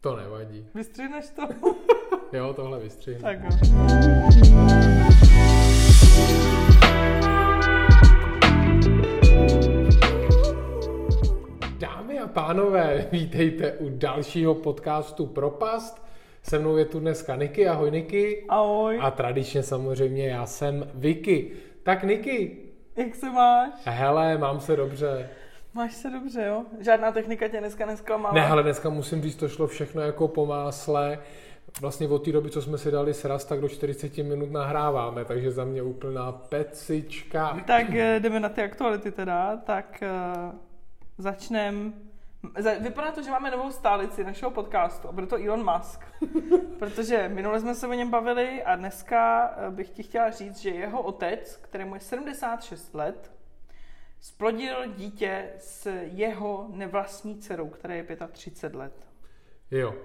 To nevadí. Vystřihneš to? Jo, tohle vystřihnu. Tak jo. Dámy a pánové, vítejte u dalšího podcastu Propast. Se mnou je tu dneska Niky. Ahoj Niky. Ahoj. A tradičně samozřejmě já jsem Vicky. Tak Niky. Jak se máš? Hele, mám se dobře. Máš se dobře, jo? Žádná technika tě dneska nesklamala? Ne, hele, dneska musím říct, to šlo všechno jako po másle. Vlastně od té doby, co jsme si dali sraz, tak do 40 minut nahráváme, takže za mě úplná pecička. Tak jdeme na ty aktuality teda, tak začneme. Vypadá to, že máme novou stálici našeho podcastu a bude to Elon Musk. Protože minule jsme se o něm bavili a dneska bych ti chtěla říct, že jeho otec, kterému je 76 let, splodil dítě s jeho nevlastní dcerou, která je 35 let. Jo,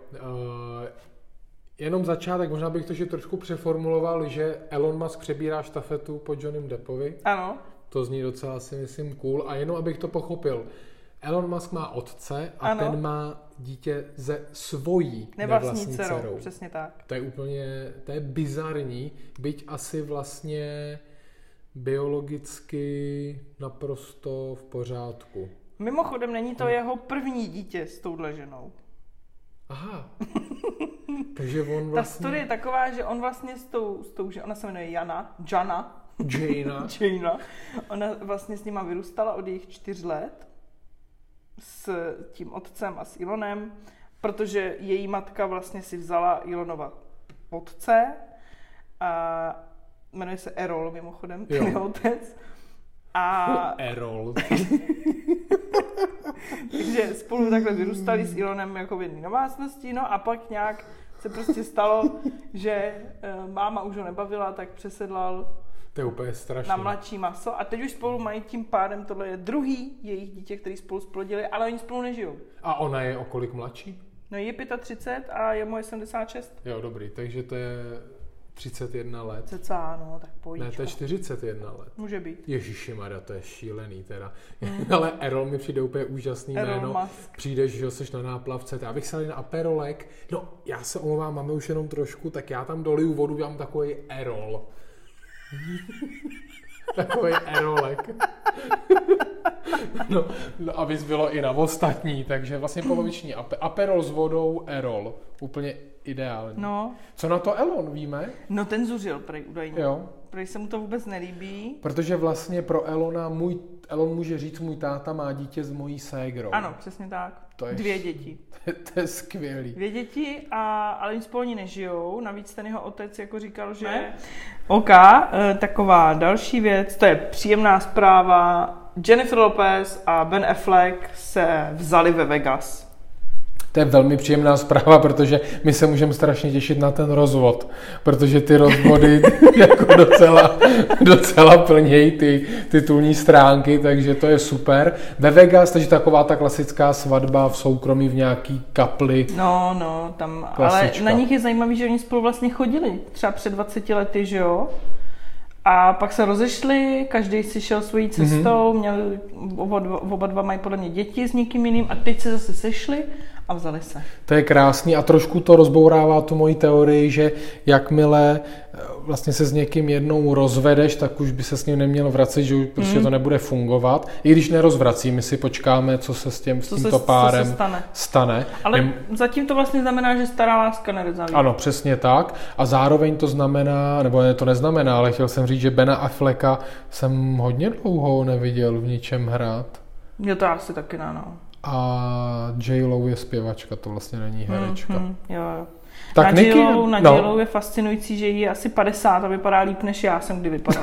jenom začátek, možná bych to že trošku přeformuloval, že Elon Musk přebírá štafetu po Johnnym Deppovi. Ano. To zní docela, si myslím, cool. A jenom abych to pochopil, Elon Musk má otce a ano. ten má dítě ze svojí nevlastní dcerou. dcerou. Přesně tak. To je úplně, to je bizarní, byť asi vlastně biologicky naprosto v pořádku. Mimochodem není to jeho první dítě s touhle ženou. Aha. Takže on vlastně... Ta story je taková, že on vlastně s tou že ona se jmenuje Jana. Ona vlastně s nima vyrůstala od jejich 4 let s tím otcem a s Elonem, protože její matka vlastně si vzala Elonova otce a jmenuje se Errol mimochodem, ten jeho otec. A... Errol. Takže spolu takhle vyrůstali s Elonem jako v jedné domácnosti, no a pak nějak se prostě stalo, že máma už ho nebavila, tak přesedlal to je úplně strašný. Na mladší maso a teď už spolu mají tím pádem, tohle je druhý jejich dítě, který spolu splodili, ale oni spolu nežijou. A ona je o kolik mladší? No je 35 a je moje 76. Jo, dobrý, takže to je 31 let. Cca, no, tak pojď. Ne, to je 41 let. Může být. Ježišimada, to je šílený teda. Ale Errol mi přijde úplně úžasný jméno. Musk. Přijdeš, že jsi na náplavce. Já bych se na aperolek. No, já se omlouvám, máme už jenom trošku, tak já tam doliju vodu, dělám takový Errol. Takový Errolek. No, abys bylo i na ostatní, takže vlastně poloviční aperol s vodou, Errol. Úplně ideální. No. Co na to Elon, víme? No ten zuřil prej údajně. Jo. Prej se mu to vůbec nelíbí. Protože vlastně pro Elona, Elon může říct, můj táta má dítě s mojí ségrou. Ano, přesně tak. 2 děti. To je skvělý. 2 děti, ale oni spolu nežijou. Navíc ten jeho otec jako říkal, že... Ne. OK, taková další věc, to je příjemná zpráva. Jennifer Lopez a Ben Affleck se vzali ve Vegas. To je velmi příjemná zpráva, protože my se můžeme strašně těšit na ten rozvod, protože ty rozvody jako docela plnějí ty titulní stránky, takže to je super. Ve Vegas, takže taková ta klasická svatba v soukromí v nějaký kapli. No, tam, klasička. Ale na nich je zajímavý, že oni spolu vlastně chodili, třeba před 20 lety, že jo? A pak se rozešli, každý si šel svojí cestou, měli, oba dva mají podle mě děti s někým jiným a teď se zase sešli a vzali se. To je krásný a trošku to rozbourává tu moji teorii, že jakmile vlastně se s někým jednou rozvedeš, tak už by se s ním neměl vracet, že už prostě to nebude fungovat. I když nerozvrací, my si počkáme, co se s tímto párem stane. Ale zatím to vlastně znamená, že stará láska nerezaví. Ano, přesně tak. A zároveň to znamená, nebo ne, to neznamená, ale chtěl jsem říct, že Bena Afflecka jsem hodně dlouho neviděl v ničem hrát. Jo, to asi taky ne, no. A J.Lo je zpěvačka, to vlastně není herečka. Jo. Tak na J.Lo je fascinující, že jí je asi 50 a vypadá líp, než já jsem kdy vypadal.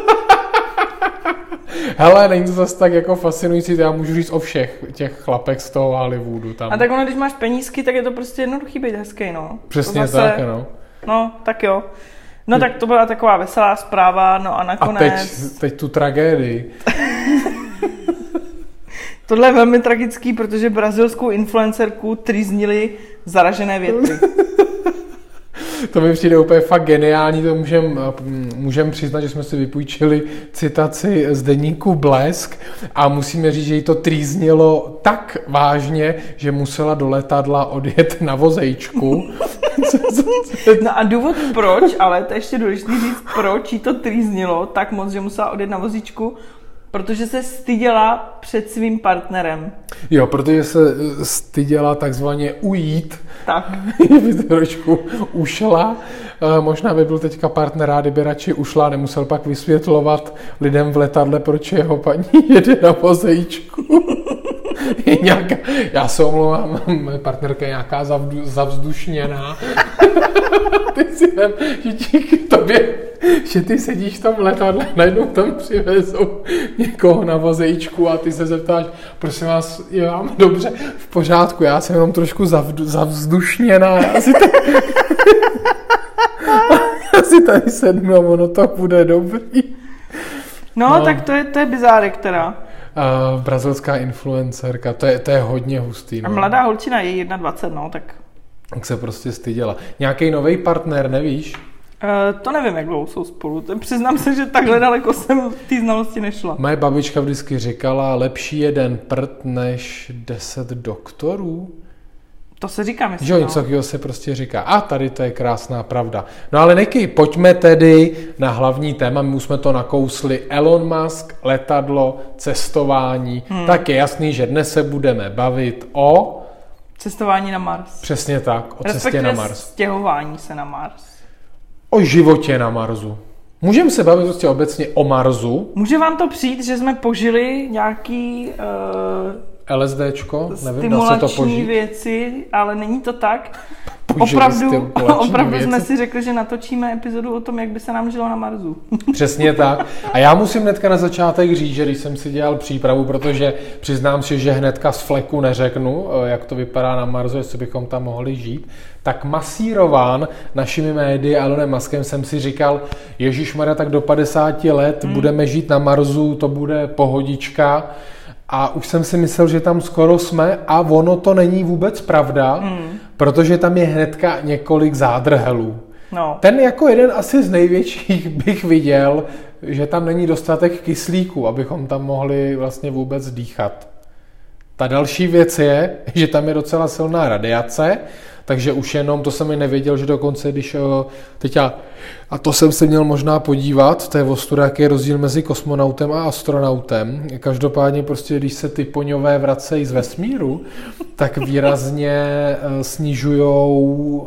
Hele, není to zase tak jako fascinující, to já můžu říct o všech těch chlapech z toho Hollywoodu tam. A tak ono, když máš penízky, tak je to prostě jednoduchý být hezký, no. Přesně tak, no. No, tak jo. No tak to byla taková veselá zpráva, no a nakonec... A teď tu tragédii. Tohle je velmi tragický, protože brazilskou influencerku trýznili zaražené větry. To mi přijde úplně fakt geniální, to můžem přiznat, že jsme si vypůjčili citaci z deníku Blesk a musíme říct, že jí to trýznilo tak vážně, že musela do letadla odjet na vozejčku. No a důvod proč, ale to ještě důležité říct, proč jí to trýznilo tak moc, že musela odjet na vozíčku, protože se styděla před svým partnerem. Jo, protože se styděla takzvaně ujít. Tak. By trošku ušla. Možná by byl teďka partner rád, kdyby radši ušla, nemusel pak vysvětlovat lidem v letadle, proč jeho paní jede na vozejčku. Já se omlouvám, moje partnerka je nějaká zavzdušněná. Ty si vem, že díky tobě, že ty sedíš v tom letadle, najednou tam přivezou někoho na vozejčku a ty se zeptáš, prosím vás, je vám dobře, v pořádku, já jsem jenom trošku zavzdušněná, já si tady sednu a ono to bude dobrý. No, tak to je bizárek teda. Brazilská influencerka, to je hodně hustý. No. A mladá holčina je 21, no, tak se prostě styděla. Nějaký nový partner, nevíš? To nevím, jak dlouho jsou spolu. Přiznám se, že takhle daleko jsem v té znalosti nešla. Moje babička vždycky říkala, lepší jeden prd než 10 doktorů. To se říká, myslím. Že něco takového se prostě říká. A tady to je krásná pravda. No ale Niky, pojďme tedy na hlavní téma. My už jsme to nakousli. Elon Musk, letadlo, cestování. Tak je jasný, že dnes se budeme bavit o... Cestování na Mars. Přesně tak, o cestě na Mars. Stěhování se na Mars. O životě na Marsu. Můžeme se bavit prostě obecně o Marsu. Může vám to přijít, že jsme požili nějaký... LSDčko, nevím, dá se to požít. Věci, ale není to tak. Opravdu jsme si řekli, že natočíme epizodu o tom, jak by se nám žilo na Marsu. Přesně tak. A já musím hnedka na začátek říct, že když jsem si dělal přípravu, protože přiznám si, že hnedka z fleku neřeknu, jak to vypadá na Marsu, jestli bychom tam mohli žít, tak masírován našimi médii a Elonem Muskem jsem si říkal, ježišmarja, tak do 50 let budeme žít na Marsu, to bude pohodička. A už jsem si myslel, že tam skoro jsme a ono to není vůbec pravda, protože tam je hnedka několik zádrhelů. No. Ten jako jeden asi z největších bych viděl, že tam není dostatek kyslíku, abychom tam mohli vlastně vůbec dýchat. Ta další věc je, že tam je docela silná radiace, takže už jenom, to jsem i nevěděl, že dokonce, když teď a to jsem se měl možná podívat, to je ostuda, jaký je rozdíl mezi kosmonautem a astronautem. Každopádně prostě, když se ty poňové vracejí z vesmíru, tak výrazně snižujou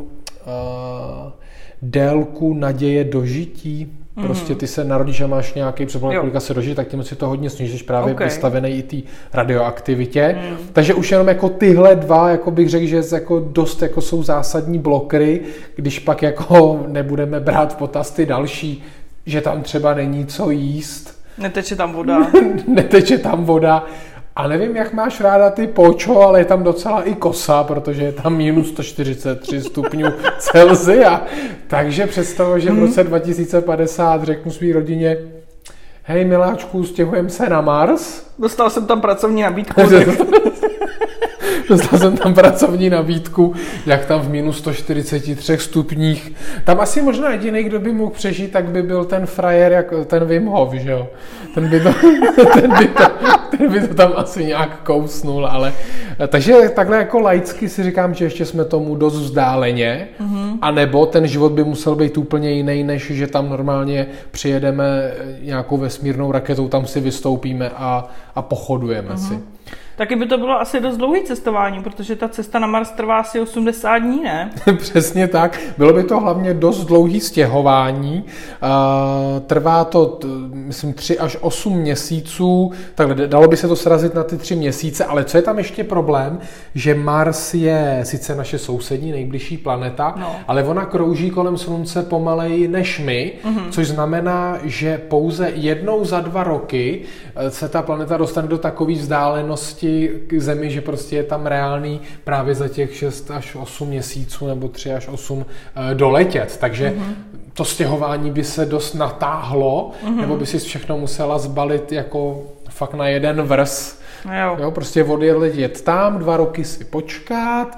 délku naděje dožití. Prostě ty se narodíš a máš nějaký předpoklad, kolika se dožije, tak tím si to hodně snížíš, právě vystavený i té radioaktivitě. Takže už jenom jako tyhle dva, jako bych řekl, že jako dost jako jsou zásadní blokery, když pak jako nebudeme brát v potaz ty další, že tam třeba není co jíst. Neteče tam voda. Neteče tam voda. A nevím, jak máš ráda ty Počo, ale je tam docela i kosa, protože je tam minus 143 stupňů Celsia. Takže představuji, že v roce 2050 řeknu svý rodině, hej miláčku, stěhujeme se na Mars. Dostal jsem tam pracovní nabídku. Dostal jsem tam pracovní nabídku, jak tam v minus 143 stupních. Tam asi možná jediný, kdo by mohl přežít, tak by byl ten frajer, jak ten Wim Hof, že jo? Ten by to tam asi nějak kousnul, ale... Takže takhle jako laicky si říkám, že ještě jsme tomu dost vzdáleně, anebo ten život by musel být úplně jiný, než že tam normálně přijedeme nějakou vesmírnou raketou, tam si vystoupíme a pochodujeme si. Taky by to bylo asi dost dlouhý cestování, protože ta cesta na Mars trvá asi 80 dní, ne? Přesně tak. Bylo by to hlavně dost dlouhý stěhování. Trvá to, myslím, 3 až 8 měsíců. Takhle dalo by se to srazit na ty 3 měsíce, ale co je tam ještě problém, že Mars je sice naše sousední nejbližší planeta, ale ona krouží kolem Slunce pomaleji než my, což znamená, že pouze jednou za 2 roky se ta planeta dostane do takové vzdálenosti k Zemi, že prostě je tam reálný právě za těch 6 až 8 měsíců nebo 3 až 8 doletět. Takže to stěhování by se dost natáhlo, nebo by si všechno musela zbalit jako fakt na jeden vrz. Jo, prostě odjet tam, 2 roky si počkat,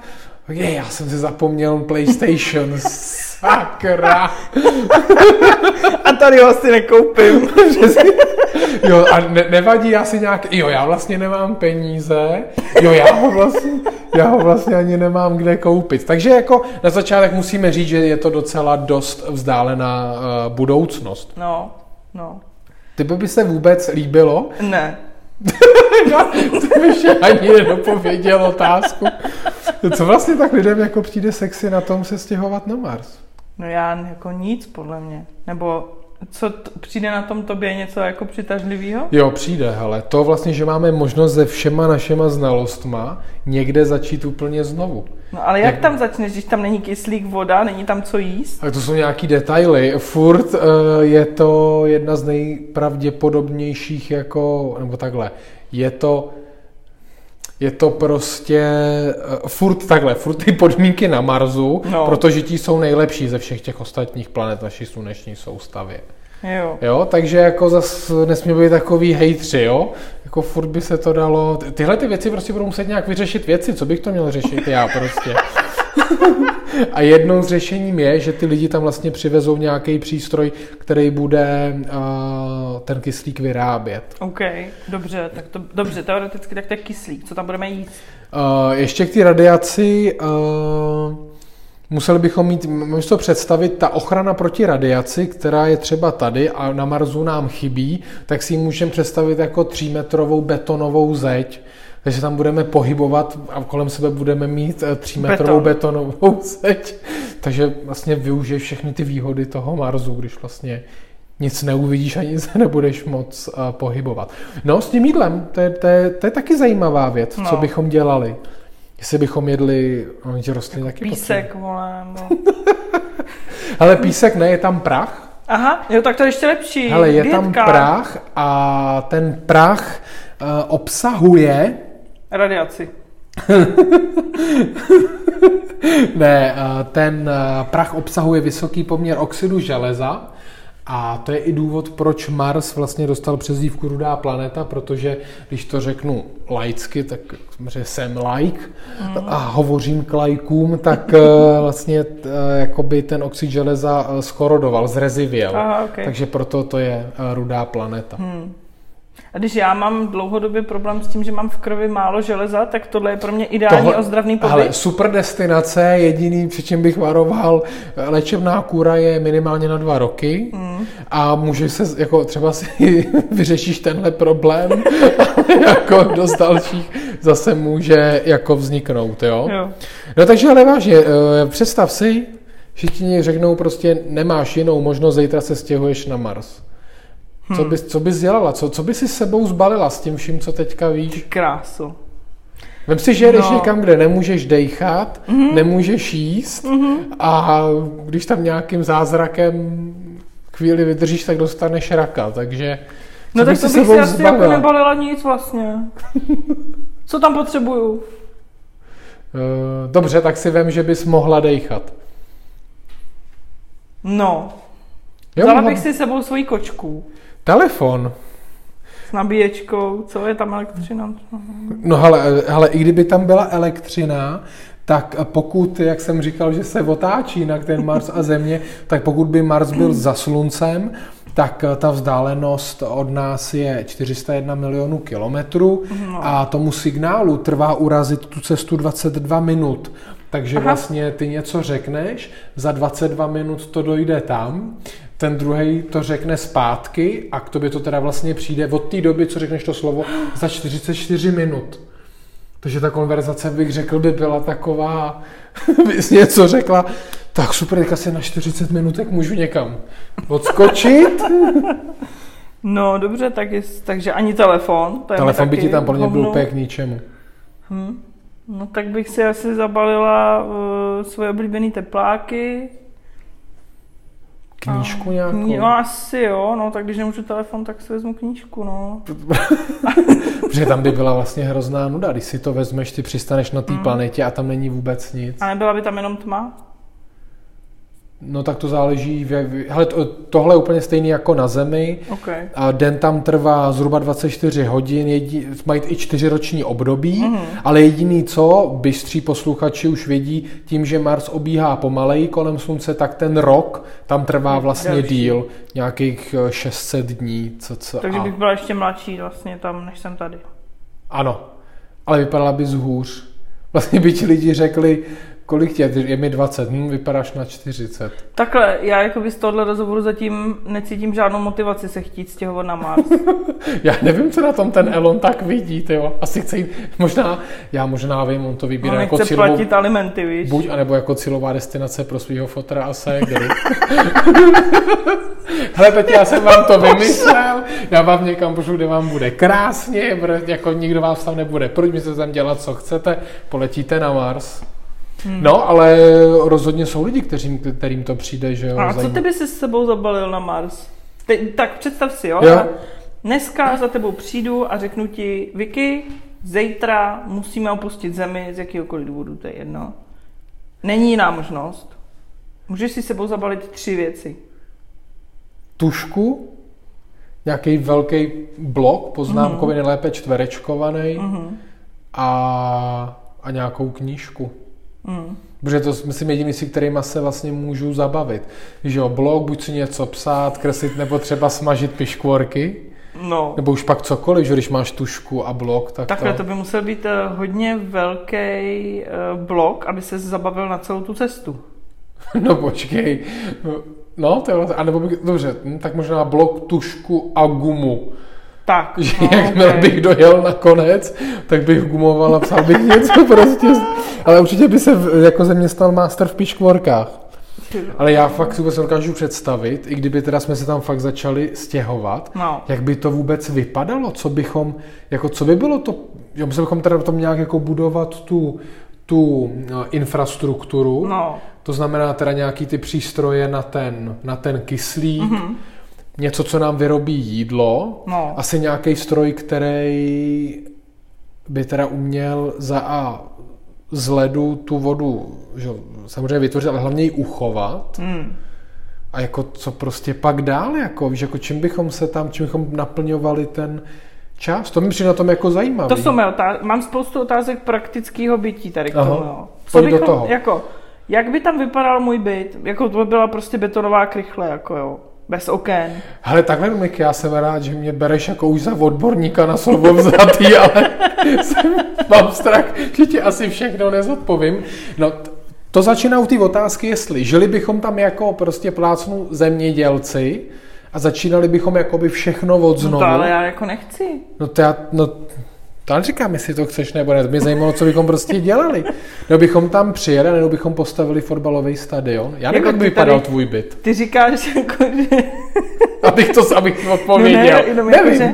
Já jsem si zapomněl PlayStation, sakra. A tady ho asi nekoupím. Jo, a nevadí, já si nějak, já vlastně nemám peníze, já ho vlastně ani nemám kde koupit. Takže jako na začátek musíme říct, že je to docela dost vzdálená budoucnost. No. Tebe by se vůbec líbilo? Ne. To bych ani nedopověděl otázku. Co vlastně tak lidem jako přijde sexy na tom se stěhovat na Mars? No já jako nic, podle mě. Nebo co přijde na tom tobě něco jako přitažlivýho? Jo, přijde, hele. To vlastně, že máme možnost se všema našima znalostma někde začít úplně znovu. No ale jak tam začneš, když tam není kyslík, voda, není tam co jíst? A to jsou nějaký detaily. Furt je to jedna z nejpravděpodobnějších jako, nebo takhle, je to prostě furt ty podmínky na Marsu, protože ti jsou nejlepší ze všech těch ostatních planet naší sluneční soustavě. Jo, takže jako zas nesmí být takový hejtři, jo? Jako furt by se to dalo, tyhle ty věci prostě budou muset nějak vyřešit věci, co bych to měl řešit já prostě. A jednou z řešením je, že ty lidi tam vlastně přivezou nějaký přístroj, který bude ten kyslík vyrábět. OK, dobře, teoreticky tak to je kyslík, co tam budeme jíst? Ještě k té radiaci museli bychom mít, můžeme to představit, ta ochrana proti radiaci, která je třeba tady a na Marsu nám chybí, tak si ji můžeme představit jako 3metrovou betonovou zeď. Takže tam budeme pohybovat a kolem sebe budeme mít 3metrovou betonovou zeď. Takže vlastně využiješ všechny ty výhody toho Marsu, když vlastně nic neuvidíš ani se nebudeš moc pohybovat. No s tím jídlem, to je taky zajímavá věc, co bychom dělali. Jestli bychom jedli rostliny taky písek, volám. Ale písek ne, je tam prach. Aha, jo, tak to je ještě lepší. Hele, je tam prach a ten prach obsahuje radiaci. Ne, ten prach obsahuje vysoký poměr oxidu železa a to je i důvod, proč Mars vlastně dostal přezdívku rudá planeta, protože když to řeknu laicky, tak jsem laik a hovořím k laikům, tak vlastně jakoby ten oxid železa skorodoval, zrezivěl. Aha, okay. Takže proto to je rudá planeta. A když já mám dlouhodobě problém s tím, že mám v krvi málo železa, tak tohle je pro mě ideální ozdravný pobyt. Ale super destinace, jediný, při čem bych varoval, léčebná kůra je minimálně na 2 roky a může se, jako třeba si vyřešíš tenhle problém, ale jako dost dalších zase může jako vzniknout, jo? No takže ale vážně, představ si, že ti řeknou prostě nemáš jinou možnost, zítra se stěhuješ na Mars. Co bys dělala? Co bys si s sebou zbalila s tím vším, co teďka víš? Krásu. Vem si, že jdeš někam, kde nemůžeš dejchat, nemůžeš jíst a když tam nějakým zázrakem chvíli vydržíš, tak dostaneš raka, takže no tak to bych si asi jako nebalila nic vlastně. Co tam potřebuju? Dobře, tak si vem, že bys mohla dejchat. No. Vzala bych si sebou svoji kočku. Telefon. S nabíječkou, co je tam elektřina? No hele, i kdyby tam byla elektřina, tak pokud, jak jsem říkal, že se otáčí na ten Mars a Země, tak pokud by Mars byl za Sluncem, tak ta vzdálenost od nás je 401 milionů kilometrů a tomu signálu trvá urazit tu cestu 22 minut. Takže vlastně ty něco řekneš, za 22 minut to dojde tam, ten druhej to řekne zpátky a k tobě to teda vlastně přijde od té doby, co řekneš to slovo, za 44 minut. Takže ta konverzace, bych řekl, by byla taková, bys něco řekla, tak super, teďka si na 40 minutek můžu někam odskočit. No dobře, takže ani telefon. Telefon by ti tam pro mě byl úplně k ničemu. No tak bych si asi zabalila svoje oblíbené tepláky. Knížku nějakou? No asi jo, no tak když nemůžu telefon, tak si vezmu knížku, no. Protože tam by byla vlastně hrozná nuda, když si to vezmeš, ty přistaneš na té planetě a tam není vůbec nic. A nebyla by tam jenom tma? No tak to záleží, hele, tohle je úplně stejný jako na Zemi. Okay. A den tam trvá zhruba 24 hodin, mají i 4roční období, ale jediný co, bystří posluchači už vědí, tím, že Mars obíhá pomaleji kolem Slunce, tak ten rok tam trvá vlastně díl, nějakých 600 dní. Takže bych byla ještě mladší vlastně tam, než jsem tady. Ano, ale vypadala bys hůř. Vlastně by ti lidi řekli, kolik tě, je mi 20, vypadáš na 40. Takhle, já jakoby z tohohle rozhovoru zatím necítím žádnou motivaci se chtít stěhovat na Mars. Já nevím, co na tom ten Elon tak vidí, tyjo. Asi chce jít, možná vím, on to vybírá jako cílovou... nechce platit alimenty, víš? Buď, anebo jako cílová destinace pro svýho fotra a ségru. Hele, teď já jsem vám to vymyslel, já vám někam pošlu, kde vám bude krásně, jako nikdo vás tam nebude, proč mi se tam dělat, co chcete, poletíte na Mars. No, ale rozhodně jsou lidi, kterým to přijde, že jo. A co ty by si s sebou zabalil na Mars? Tak představ si, jo? Dneska za tebou přijdu a řeknu ti, Vicky, zítra musíme opustit Zemi z jakýhokoliv důvodu, to je jedno. Není jiná možnost. Můžeš si s sebou zabalit 3 věci. Tušku, nějaký velký blok, poznámkový, nejlépe čtverečkovaný a nějakou knížku. Protože to myslím jediný si, kterýma se vlastně můžu zabavit. Že jo, blog, buď si něco psát, kreslit, nebo třeba smažit piškvorky. No. Nebo už pak cokoliv, že když máš tušku a blok, tak takhle to by musel být hodně velký blok, aby se zabavil na celou tu cestu. No počkej. No, dobře, tak možná blok, tušku a gumu. Tak, že jakmile bych dojel na konec, tak bych gumoval a psal bych něco prostě. Ale určitě by se jako ze mě stal master v piškvorkách. Ale já fakt vůbec dokážu představit, i kdyby teda jsme se tam fakt začali stěhovat, jak by to vůbec vypadalo, co by bylo to, jo, museli bychom teda tam nějak jako budovat tu infrastrukturu, to znamená teda nějaký ty přístroje na ten kyslík, něco, co nám vyrobí jídlo, asi nějaký stroj, který by teda uměl z ledu tu vodu, že, samozřejmě vytvořit, ale hlavně ji uchovat. A jako co prostě pak dál, jako, víš, jako čím bychom naplňovali ten čas. To mi přijde na tom jako zajímavé. To jsou mám spoustu otázek praktického bytí tady k tomu. Pojď do toho. Jako, jak by tam vypadal můj byt? Jako to by byla prostě betonová krychle, jako jo. Bez oken. Hele, takhle, Miky, já jsem rád, že mě bereš jako už za odborníka na slovo vzatý, ale mám strach, že ti asi všechno nezodpovím. No, to začíná u té otázky, jestli žili bychom tam jako prostě plácnu zemědělci a začínali bychom jakoby všechno od znovu. No to ale já jako nechci. To ale říkám, jestli to chceš nebo ne. To mě zajímalo, co bychom prostě dělali. Nebo bychom tam přijeli, nebo bychom postavili fotbalový stadion. Já nevím, jak by vypadal tvůj byt. Ty říkáš, jako, že... Abych odpověděl. Nevím.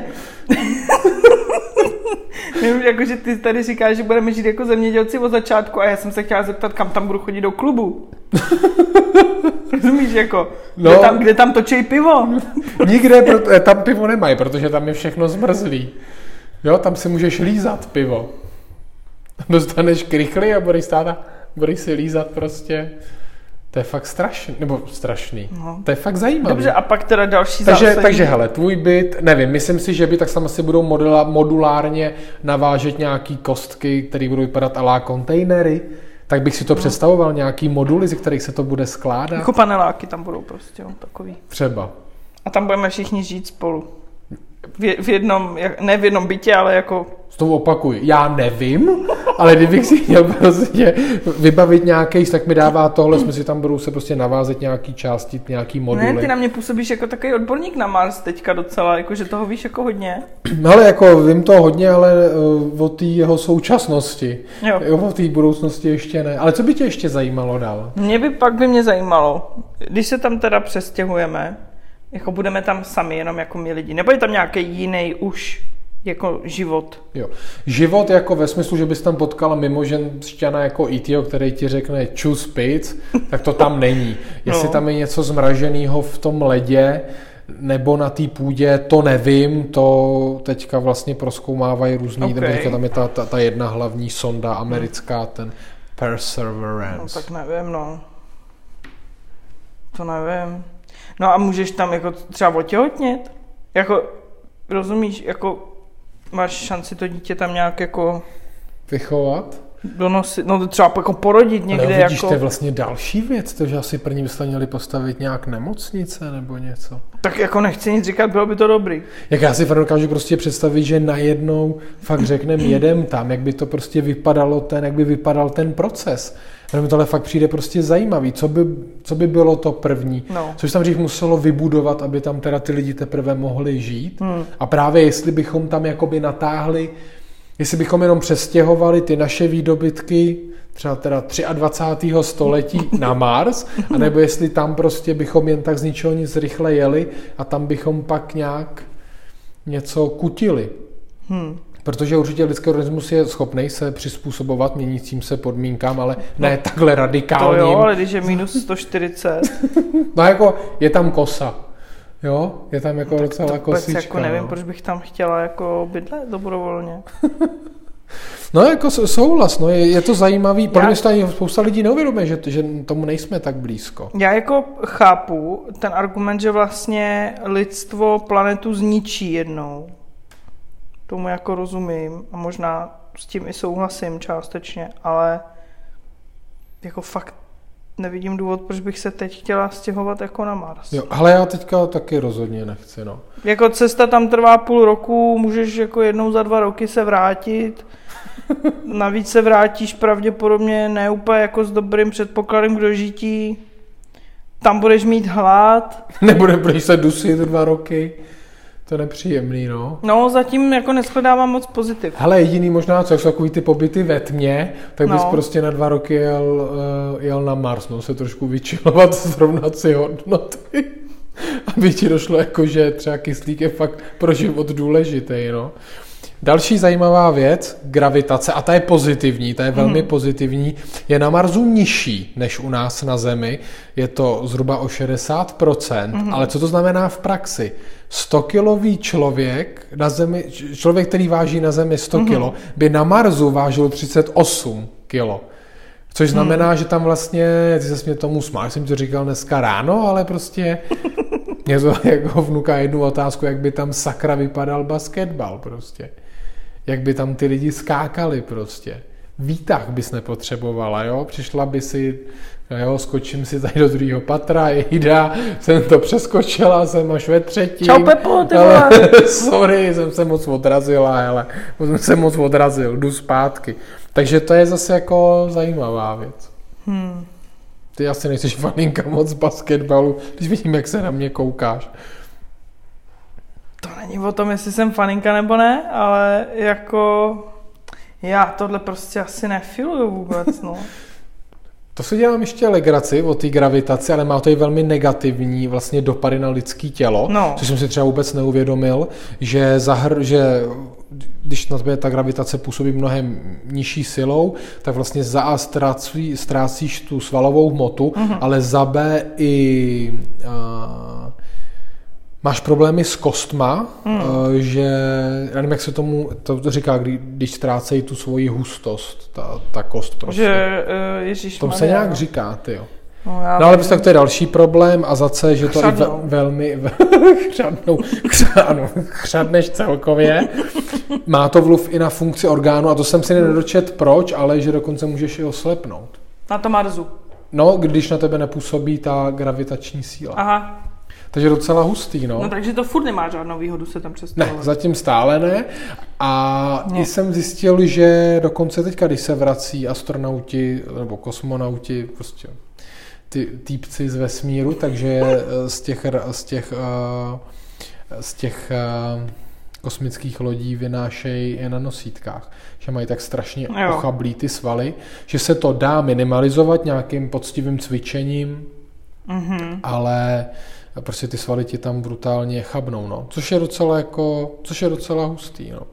Nevím, jakože ty tady říkáš, že budeme žít jako zemědělci od začátku a já jsem se chtěla zeptat, kam tam budu chodit do klubu. Rozumíš, jako, kde tam točí pivo? Nikde, tam pivo nemají, protože tam je všechno zmrzlý. Jo, tam si můžeš lízat pivo. Dostaneš krychly a budeš si lízat prostě. To je fakt strašný. No. To je fakt zajímavé. Dobře, a pak teda další takže hele, tvůj byt, nevím, myslím si, že by tak tam asi budou modulárně navážet nějaký kostky, které budou vypadat a la kontejnery. Tak bych si to představoval, nějaký moduly, ze kterých se to bude skládat. Jako paneláky tam budou prostě, takový. Třeba. A tam budeme všichni žít spolu. Ne v jednom bytě, ale jako... S tou opakuj, já nevím, ale kdybych si chtěl prostě vybavit nějaký, tak mi dává tohle, jsme si tam budou se prostě navázet nějaký části, nějaký moduly. Ne, ty na mě působíš jako takový odborník na Mars teďka docela, jako že toho víš jako hodně. No ale jako vím to hodně, ale o té jeho současnosti. Jo. O té budoucnosti ještě ne. Ale co by tě ještě zajímalo dál? By mě zajímalo, když se tam teda přestěhujeme, jako budeme tam sami, jenom jako my lidi. Nebo je tam nějaký jiný už jako život? Jo. Život jako ve smyslu, že bys tam potkala mimoženšťana jako E.T., který ti řekne choose pizza, tak to tam není. Jestli tam je něco zmraženého v tom ledě nebo na té půdě, to nevím, to teďka vlastně prozkoumávají různý, nebo teďka tam je ta jedna hlavní sonda americká, ten Perseverance. No tak nevím, To nevím. No a můžeš tam jako třeba otěhotnět? Jako, rozumíš, jako máš šanci to dítě tam nějak jako... Vychovat? Donosit, no třeba jako porodit někde. Ale vidíš, jako... to je vlastně další věc, to, že asi první byste měli postavit nějak nemocnice nebo něco. Tak jako nechci nic říkat, bylo by to dobrý. Jak já si dokážu prostě představit, že najednou fakt řekneme jedem tam, jak by to prostě vypadalo jak by vypadal ten proces. Jenom tohle fakt přijde prostě zajímavý, co by bylo to první, což tam muselo vybudovat, aby tam teda ty lidi teprve mohli žít. A právě jestli bychom tam jakoby natáhli, jestli bychom jenom přestěhovali ty naše výdobytky, třeba teda 23. století na Mars, anebo jestli tam prostě bychom jen tak z ničeho nic rychle jeli a tam bychom pak nějak něco kutili. Protože určitě lidský organismus je schopný se přizpůsobovat měnícím se podmínkám, ale ne takhle radikálním. To jo, ale když je minus 140. No jako je tam kosa. Jo, je tam jako docela kosička. Jako nevím, proč bych tam chtěla jako bydlet dobrovolně. No jako souhlas, no, je to zajímavý, pro mě stejně spousta lidí neuvědomuje, že tomu nejsme tak blízko. Já jako chápu ten argument, že vlastně lidstvo planetu zničí jednou. Tomu jako rozumím a možná s tím i souhlasím částečně, ale jako fakt nevidím důvod, proč bych se teď chtěla stěhovat jako na Mars. Jo, ale já teďka taky rozhodně nechci, no. Jako cesta tam trvá půl roku, můžeš jako jednou za 2 roky se vrátit. Navíc se vrátíš pravděpodobně ne úplně jako s dobrým předpokladem k dožití. Tam budeš mít hlad. Nebudeš se dusit 2 roky. To je nepříjemný, no. No, zatím jako neshledávám moc pozitiv. Hele, jediný možná, co jsou takový ty pobyty ve tmě, tak bys prostě na 2 roky jel na Mars, no, se trošku vyčilovat, srovnat si hodnoty, aby ti došlo jako, že třeba kyslík je fakt pro život důležitý, no. Další zajímavá věc, gravitace, a ta je pozitivní, ta je velmi pozitivní, je na Marsu nižší než u nás na Zemi, je to zhruba o 60%, ale co to znamená v praxi? 100-kilový člověk, člověk, který váží na Zemi 100 kilo, by na Marsu vážil 38 kilo. Což znamená, že tam vlastně, ty se mě tomu smáš, jsem to říkal dneska ráno, ale prostě mě to jako vnuka jednu otázku, jak by tam sakra vypadal basketbal prostě. Jak by tam ty lidi skákali prostě. Výtah bys nepotřebovala, jo? Přišla by si, jo, skočím si tady do 2. patra, jejda, jsem to přeskočila, jsem až ve 3. Čau Pepo, ty vole. Sorry, jsem se moc odrazila, ale jsem se moc odrazil, jdu zpátky. Takže to je zase jako zajímavá věc. Ty asi nejseš faninka moc basketbalu, když vidím, jak se na mě koukáš. To není o tom, jestli jsem faninka nebo ne, ale jako já tohle prostě asi nefiluju vůbec, no. To si dělám ještě legraci o té gravitaci, ale má to i velmi negativní vlastně dopady na lidské tělo, což jsem si třeba vůbec neuvědomil, že když na tebe ta gravitace působí mnohem nižší silou, tak vlastně za A ztrácíš tu svalovou hmotu, ale za B i máš problémy s kostma, že, já nevím, jak se tomu to říká, když ztrácejí tu svoji hustost, ta kost prostě. Že, tomu se nějak říká, tyjo. No ale tak to je další problém a za C, že to je velmi chřadneš celkově. Má to vliv i na funkci orgánu a to jsem si nedočet proč, ale že dokonce můžeš i oslepnout. Na to Marsu. No, když na tebe nepůsobí ta gravitační síla. Aha. Takže docela hustý, no. No takže to furt nemá žádnou výhodu se tam přestěhovat. Ne, zatím stále ne. A i jsem zjistil, že dokonce teďka, když se vrací astronauti nebo kosmonauti, prostě ty týpci z vesmíru, takže z těch kosmických lodí vynášejí je na nosítkách, že mají tak strašně ochablý ty svaly, že se to dá minimalizovat nějakým poctivým cvičením, ale prostě ty svaly ti tam brutálně chabnou, no. Což je docela hustý, no.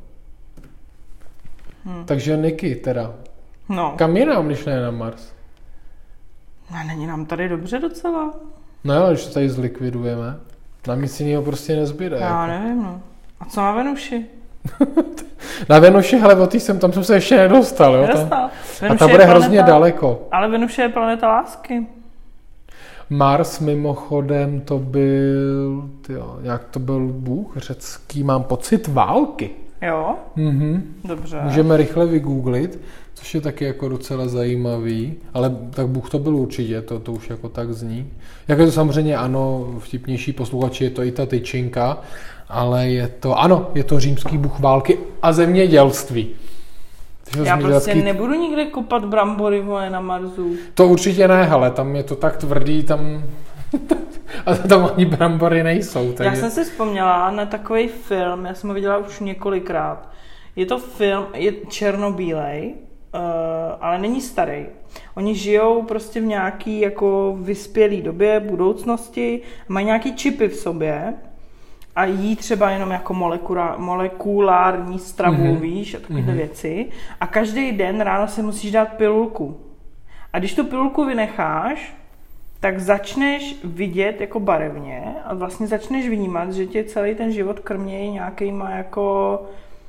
Takže Niky teda. No. Kam jinam, když ne na Mars? No, není nám tady dobře docela. No jo, když to tady zlikvidujeme. Nám nic jiného prostě nezbyde. Já nevím, no. A co na Venuši? Na Venuši, hele, tam jsem se ještě nedostal, jo. Nedostal. A ta bude hrozně daleko. Ale Venuše je planeta lásky. Mars mimochodem to byl, jak to byl bůh řecký, mám pocit, války. Jo? Mhm. Dobře. Můžeme rychle vygooglit, což je taky jako docela zajímavý, ale tak Bůh to byl určitě, to už jako tak zní. Jak je to samozřejmě, ano, vtipnější posluchači, je to i ta tyčinka, ale je to římský bůh války a zemědělství. Já prostě nebudu nikde kopat brambory na Marsu. To určitě ne, hele, tam je to tak tvrdý, tam a tam ani brambory nejsou. Já jsem si vzpomněla na takový film, já jsem ho viděla už několikrát. Je to film, je černobílej, ale není starý. Oni žijou prostě v nějaký jako vyspělý době, budoucnosti, mají nějaký čipy v sobě a jí třeba jenom jako molekulární stravu, víš, a takovéhle věci. A každý den ráno si musíš dát pilulku. A když tu pilulku vynecháš, tak začneš vidět jako barevně a vlastně začneš vnímat, že tě celý ten život krmějí nějakýma jako...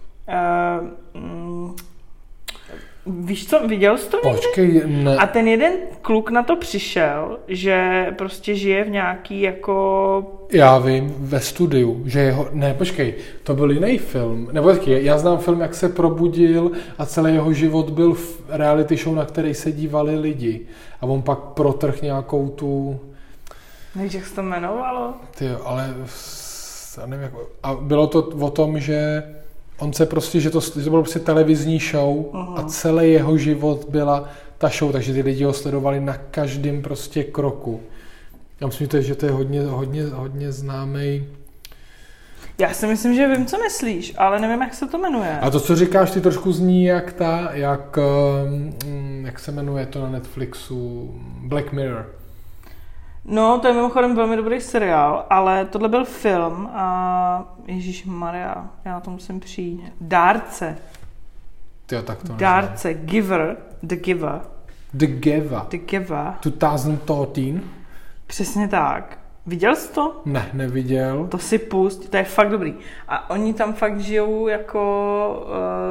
víš co, viděl jsi to někdy? Počkej, ne. A ten jeden kluk na to přišel, že prostě žije v nějaký jako... Já vím, ve studiu, že jeho... Ne, počkej, to byl jiný film. Nebo taky, já znám film, jak se probudil a celý jeho život byl v reality show, na který se dívali lidi. A on pak protrh nějakou tu... Nevíš, jak se to jmenovalo? Tyjo, ale... Já nevím, jak... A bylo to o tom, že... On se prostě, že to bylo prostě televizní show a celý jeho život byla ta show, takže ty lidi ho sledovali na každém prostě kroku. Já myslím, že to je hodně známý. Já si myslím, že vím, co myslíš, ale nevím, jak se to jmenuje. A to, co říkáš, ty trošku zní jak jak se jmenuje to na Netflixu, Black Mirror. No, to je mimochodem velmi dobrý seriál, ale tohle byl film a Ježišmarja, já na to musím přijít. Dárce. Tyjo, tak to Dárce, Giver, The Giver. The Giver. 2014. Přesně tak. Viděl jsi to? Ne, neviděl. To si pust, to je fakt dobrý. A oni tam fakt žijou jako...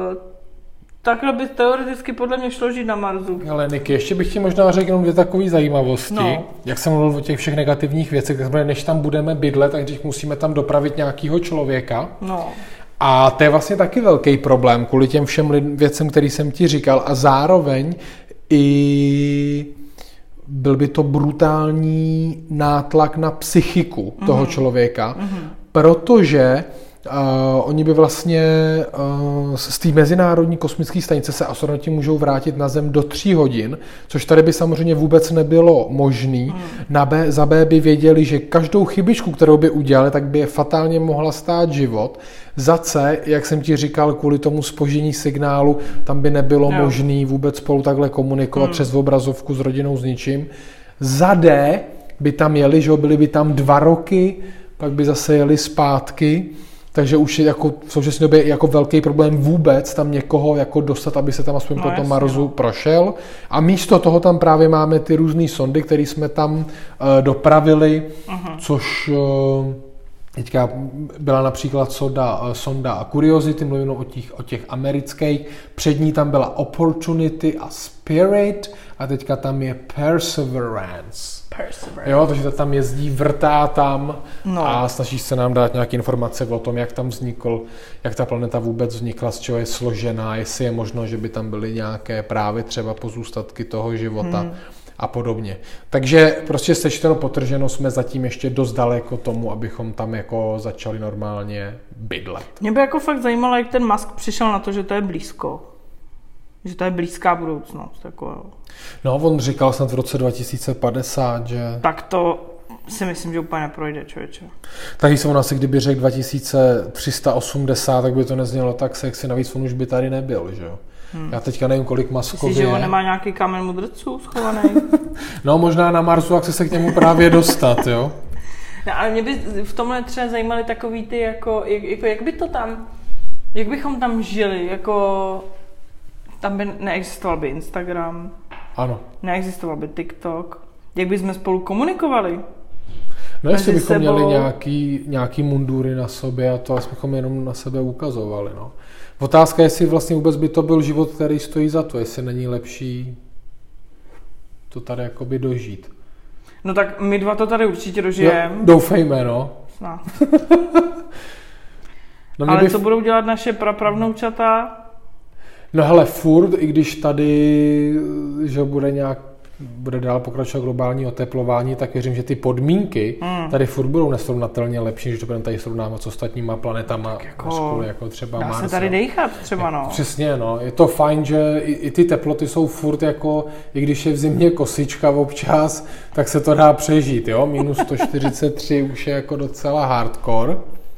takhle by teoreticky podle mě šlo žít na Marsu. Ale Niky, ještě bych ti možná řekl jenom 2 takové zajímavosti. No. Jak jsem mluvil o těch všech negativních věcech, tak než tam budeme bydlet, tak když musíme tam dopravit nějakého člověka. No. A to je vlastně taky velký problém kvůli těm všem věcem, který jsem ti říkal. A zároveň i byl by to brutální nátlak na psychiku toho člověka, protože oni by vlastně z té mezinárodní kosmické stanice se astronauti můžou vrátit na Zem do 3 hodin, což tady by samozřejmě vůbec nebylo možný. Za B by věděli, že každou chybičku, kterou by udělali, tak by je fatálně mohla stát život. Za C, jak jsem ti říkal, kvůli tomu zpoždění signálu, tam by nebylo možné vůbec spolu takhle komunikovat přes obrazovku s rodinou s ničím. Za D by tam jeli, že byli by tam 2 roky, pak by zase jeli zpátky. Takže už je jako v současné době jako velký problém vůbec tam někoho jako dostat, aby se tam aspoň po tom Marsu prošel. A místo toho tam právě máme ty různé sondy, které jsme tam dopravili, což teďka byla například sonda Curiosity, mluvím o těch amerických. Před ní tam byla Opportunity a Spirit a teďka tam je Perseverance. Jo, takže to tam jezdí, vrtá tam a snaží se nám dát nějaké informace o tom, jak tam vznikl, jak ta planeta vůbec vznikla, z čeho je složená, jestli je možno, že by tam byly nějaké právě třeba pozůstatky toho života a podobně. Takže prostě sečteno potrženo jsme zatím ještě dost daleko tomu, abychom tam jako začali normálně bydlet. Mě by jako fakt zajímalo, jak ten Musk přišel na to, že to je blízko. Že to je blízká budoucnost. Jako... No, on říkal snad v roce 2050, že... Tak to si myslím, že úplně neprojde, člověče. Tak jsem asi, kdyby řekl 2380, tak by to neznělo tak sexy, navíc on už by tady nebyl, že jo? Já teďka nevím, kolik Muskovi je. Myslíš, že on nemá nějaký kámen mudrců schovaný? No, možná na Marsu, jak se k němu právě dostat, jo? No, ale mě by v tomhle třeba zajímaly takový ty, jako jak by to tam, jak bychom tam žili, jako... Tam by neexistoval by Instagram. Ano. Neexistoval by TikTok. Jak bychom spolu komunikovali? No jestli bychom měli nějaký mundury na sobě a to bychom jenom na sebe ukazovali. No. Otázka je, jestli vlastně vůbec by to byl život, který stojí za to, jestli není lepší to tady jakoby dožít. No tak my dva to tady určitě dožijeme. No, doufejme, no. Snad. No ale co budou dělat naše prapravnoučata? No hele, furt, i když tady, že bude dál pokračovat globální oteplování, tak věřím, že ty podmínky tady furt budou nesrovnatelně lepší, když to budeme tady srovnávat s ostatníma planetama na škole, jako třeba Mars. Dá se tady dejchat třeba, no. Přesně, no. Je to fajn, že i ty teploty jsou furt jako, i když je v zimě kosička občas, tak se to dá přežít, jo. Minus 143 už je jako docela hardcore.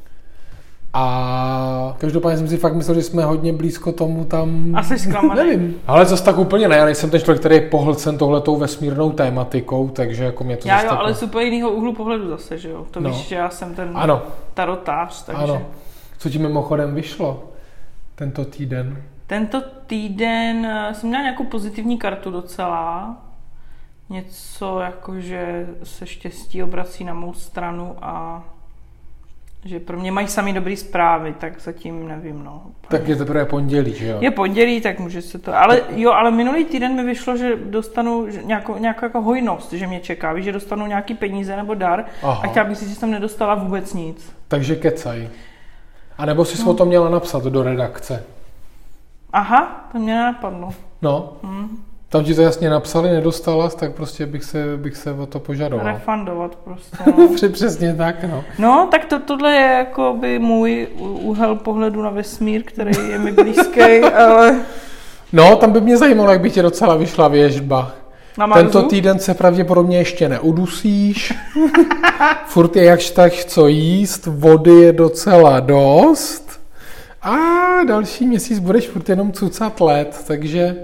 A každopádně jsem si fakt myslel, že jsme hodně blízko tomu tam... A jsi zklamaný. Nevím. Ale zase tak úplně ne, já nejsem ten člověk, který je pohlcen tohletou vesmírnou tématikou, takže jako mě to já zase jo, tak... ale z úplně jiného úhlu pohledu zase, že jo? To víš, že já jsem ten tarotář, takže... Ano. Co ti mimochodem vyšlo tento týden? Tento týden jsem měla nějakou pozitivní kartu docela. Něco jako, že se štěstí obrací na mou stranu a že pro mě mají sami dobrý zprávy, tak zatím nevím, no. Tak je teprve pondělí, že jo? Je pondělí, tak může se to... Ale minulý týden mi vyšlo, že dostanu nějakou jako hojnost, že mě čeká. Víš, že dostanu nějaký peníze nebo dar. Aha. A chtěla bych si, že jsem nedostala vůbec nic. Takže kecaj. A nebo jsi o tom měla napsat do redakce? Aha, to mě nenapadlo. No. Tam ti to jasně napsali, nedostala, tak prostě bych se o to požadoval. Refundovat prostě, no. Přesně tak, no. No, tak tohle je jako by můj úhel pohledu na vesmír, který je mi blízký, ale... No, tam by mě zajímalo, jak by ti docela vyšla věžba. Na Marsu? Tento týden se pravděpodobně ještě neudusíš. Furt je jakž tak co jíst, vody je docela dost. A další měsíc budeš furt jenom cucat led, takže...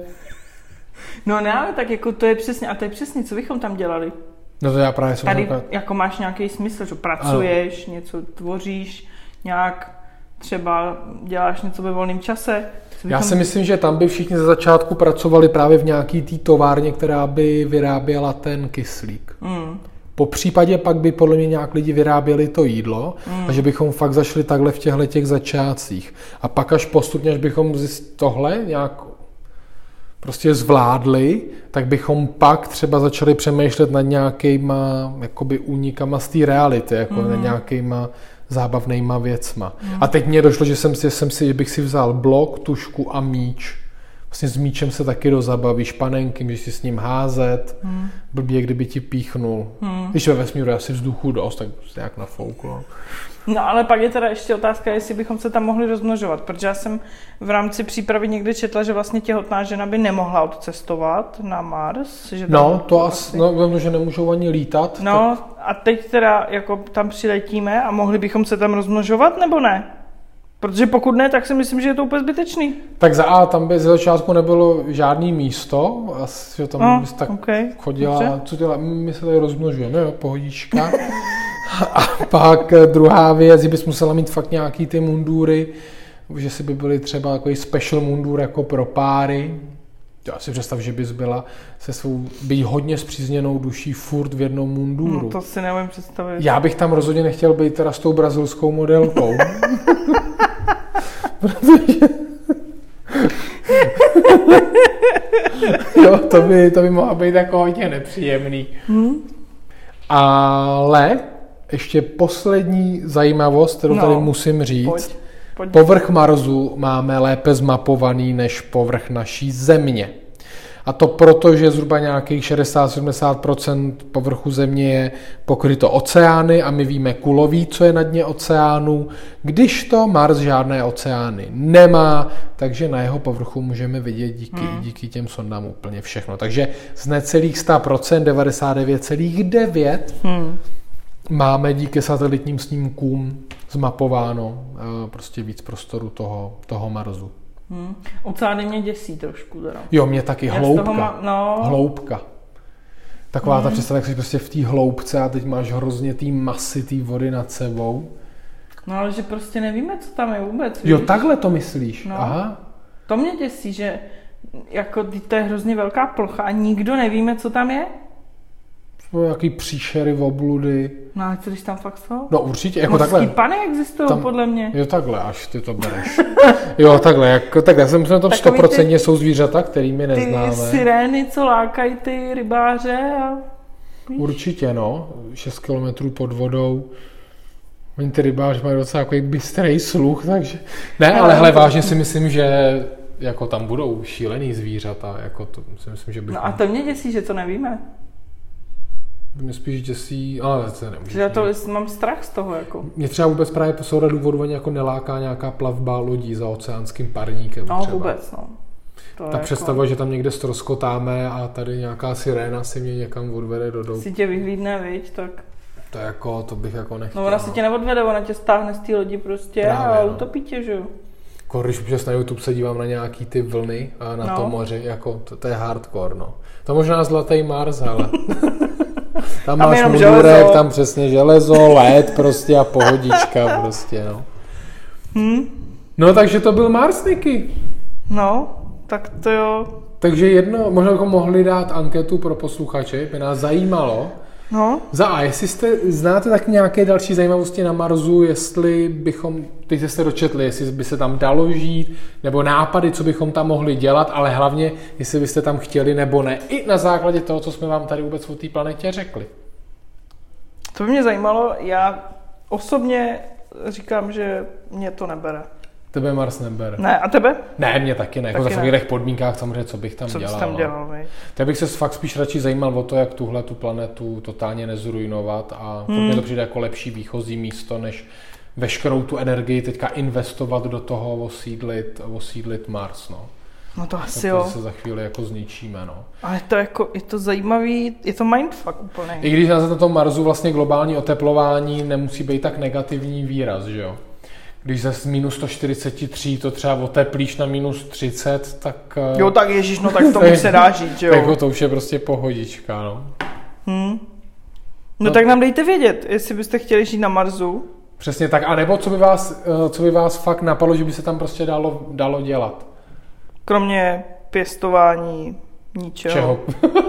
No ne, ale tak jako to je přesně, co bychom tam dělali. No to já právě jsem tady jako máš nějaký smysl, že pracuješ, něco tvoříš, nějak třeba děláš něco ve volném čase. Já si myslím, že tam by všichni ze začátku pracovali právě v nějaký té továrně, která by vyráběla ten kyslík. Po případě pak by podle mě nějak lidi vyráběli to jídlo a že bychom fakt zašli takhle v těch začátcích. A pak až postupně, až bychom tohle nějak prostě zvládli, tak bychom pak třeba začali přemýšlet nad nějakýma jakoby únikama z té reality, jako nad nějakýma zábavnýma věcma. A teď mě došlo, že že bych si vzal blok, tušku a míč. Vlastně s míčem se taky dozabavíš, panenky, můžeš si s ním házet, blbě, kdyby ti píchnul. Když ve vesmíru je asi vzduchu dost, tak prostě nějak nafouklo. No ale pak je teda ještě otázka, jestli bychom se tam mohli rozmnožovat, protože já jsem v rámci přípravy někdy četla, že vlastně těhotná žena by nemohla odcestovat na Mars. Že že nemůžou ani lítat. No tak... a teď teda jako tam přiletíme a mohli bychom se tam rozmnožovat, nebo ne? Protože pokud ne, tak si myslím, že je to úplně zbytečný. Tak za A tam by ze začátku nebylo žádný místo, asi tam bys tak chodila, dobře. Co dělá, my se tady rozmnožujeme, jo, pohodička. A pak druhá věc, že bys musela mít fakt nějaký ty mundury, že si by byly třeba takový special mundur jako pro páry. Já si představ, že bys byla se svou být hodně spřízněnou duší furt v jednom munduru. No, to si nevím představit. Já bych tam rozhodně nechtěl být teda s tou brazilskou modelkou. Protože... jo, to by mohlo být jako hodně nepříjemný. Ale ještě poslední zajímavost, kterou tady musím říct. Pojď. Povrch Marsu máme lépe zmapovaný než povrch naší Země. A to proto, že zhruba nějakých 60-70% povrchu Země je pokryto oceány a my víme kulový, co je na dně oceánu, když to Mars žádné oceány nemá, takže na jeho povrchu můžeme vidět díky těm sondám úplně všechno. Takže z necelých 100%, 99,9% máme díky satelitním snímkům zmapováno prostě víc prostoru toho Marsu. Oceány mě děsí trošku. Teda. Jo, mě taky hloubka. Hloubka. Taková ta představa, jak jsi prostě v té hloubce a teď máš hrozně té masy té vody nad sebou. No ale že prostě nevíme, co tam je vůbec. Jo, takhle to myslíš. No. Aha. To mě děsí, že jako to je hrozně velká plocha a nikdo nevíme, co tam je. Jaký příšery, obludy. No ale co když tam fakt jsou? No určitě, jako takhle. Pany existují podle mě. Jo takhle, až ty to bereš. Jo takhle, já jsem myslel, to 100% jsou zvířata, kterými neznáme. Ty sirény, co lákají ty rybáře a... Myslíš? Určitě, no. 6 kilometrů pod vodou. Oni ty rybáři mají docela takový bystrej sluch, takže... Ne, ale hele, vážně si myslím, že jako tam budou šílený zvířata, jako to si myslím, že bychom... No a to mě děsí, že to nevíme. Mě spíš děsí, ale to nemůžeš. Já to mám strach z toho, jako. Mě třeba vůbec právě po souhledu důvodu ani jako neláká nějaká plavba lodí za oceánským parníkem. No třeba. vůbec, no. To Ta představa, že tam někde ztroskotáme a tady nějaká siréna si mě někam odvede do domu. Si tě vyhlídne, viď, tak... To jako, to bych jako nechtěl. No ona si tě neodvede, ona tě stáhne z té lodi prostě právě, a no. Utopí tě, že jo. Jako, když občas na YouTube se dívám na nějaký ty vlny a na to moři, jako to je hardcore, no. To možná Zlatý Mars, ale... Tam máš mudurek, tam přesně železo, led prostě a pohodička prostě, no. No takže to byl Mars, Niky. No, tak to jo. Takže jedno, možná bychom mohli dát anketu pro posluchače, by nás zajímalo. No. Jestli znáte tak nějaké další zajímavosti na Marsu, jestli bychom, teď jste dočetli, jestli by se tam dalo žít, nebo nápady, co bychom tam mohli dělat, ale hlavně, jestli byste tam chtěli nebo ne, i na základě toho, co jsme vám tady vůbec o té planetě řekli. To by mě zajímalo, já osobně říkám, že mě to nebere. Tebe Mars nebere. Ne, a tebe? Ne, mě taky ne. Jako za takových podmínkách samozřejmě, co bych tam dělal. Co bys tam dělal, vej? Tak bych se fakt spíš radši zajímal o to, jak tu planetu totálně nezrujnovat a mě to přijde jako lepší výchozí místo, než veškerou tu energii teďka investovat do toho osídlit Mars, no. No to asi jo. To se za chvíli jako zničíme, no. Ale to jako, je to zajímavý, je to mindfuck úplně. I když na tom Marsu vlastně globální oteplování nemusí být tak negativní výraz, že jo. Když ze minus 143 to třeba oteplíš na minus 30, tak... Jo, tak ježiš, no tak tomu se dá žít, že jo. Jako to už je prostě pohodička, no. No tak nám dejte vědět, jestli byste chtěli žít na Marsu. Přesně tak, anebo co by vás fakt napadlo, že by se tam prostě dalo dělat. Kromě pěstování ničeho. Čeho?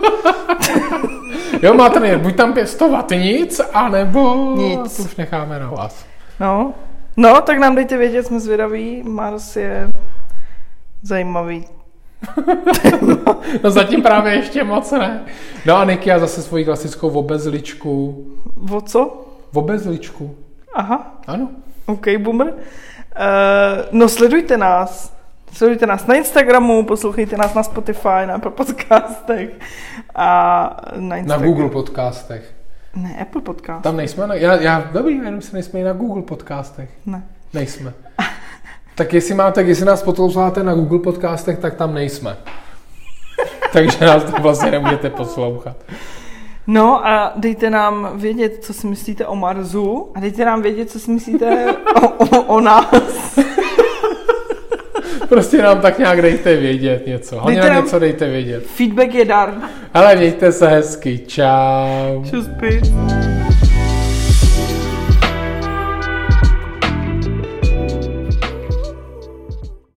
Jo, máte nejet, buď tam pěstovat nic, anebo nic. To už necháme na vás. No, tak nám dejte vědět, jsme zvědaví. Mars je zajímavý. No zatím právě ještě moc ne. No a Niky, já zase svoji klasickou obezličku. O co? Obezličku. Aha. Ano. OK, boomer. No sledujte nás. Sledujte nás na Instagramu, poslouchejte nás na Spotify, na Apple podcastech a na Instagramu. Na Google podcastech. Ne, Apple podcast. Tam nejsme, dobrý, jenom se nejsme i na Google podcastech. Ne. Nejsme. Tak jestli nás posloucháte na Google podcastech, tak tam nejsme. Takže nás tam vlastně nemůžete poslouchat. No a dejte nám vědět, co si myslíte o Marsu a dejte nám vědět, co si myslíte o nás. Prostě nám tak nějak dejte vědět něco. Hlavně nám něco dejte vědět. Feedback je dar. Ale mějte se hezky. Čau. Čus, pis.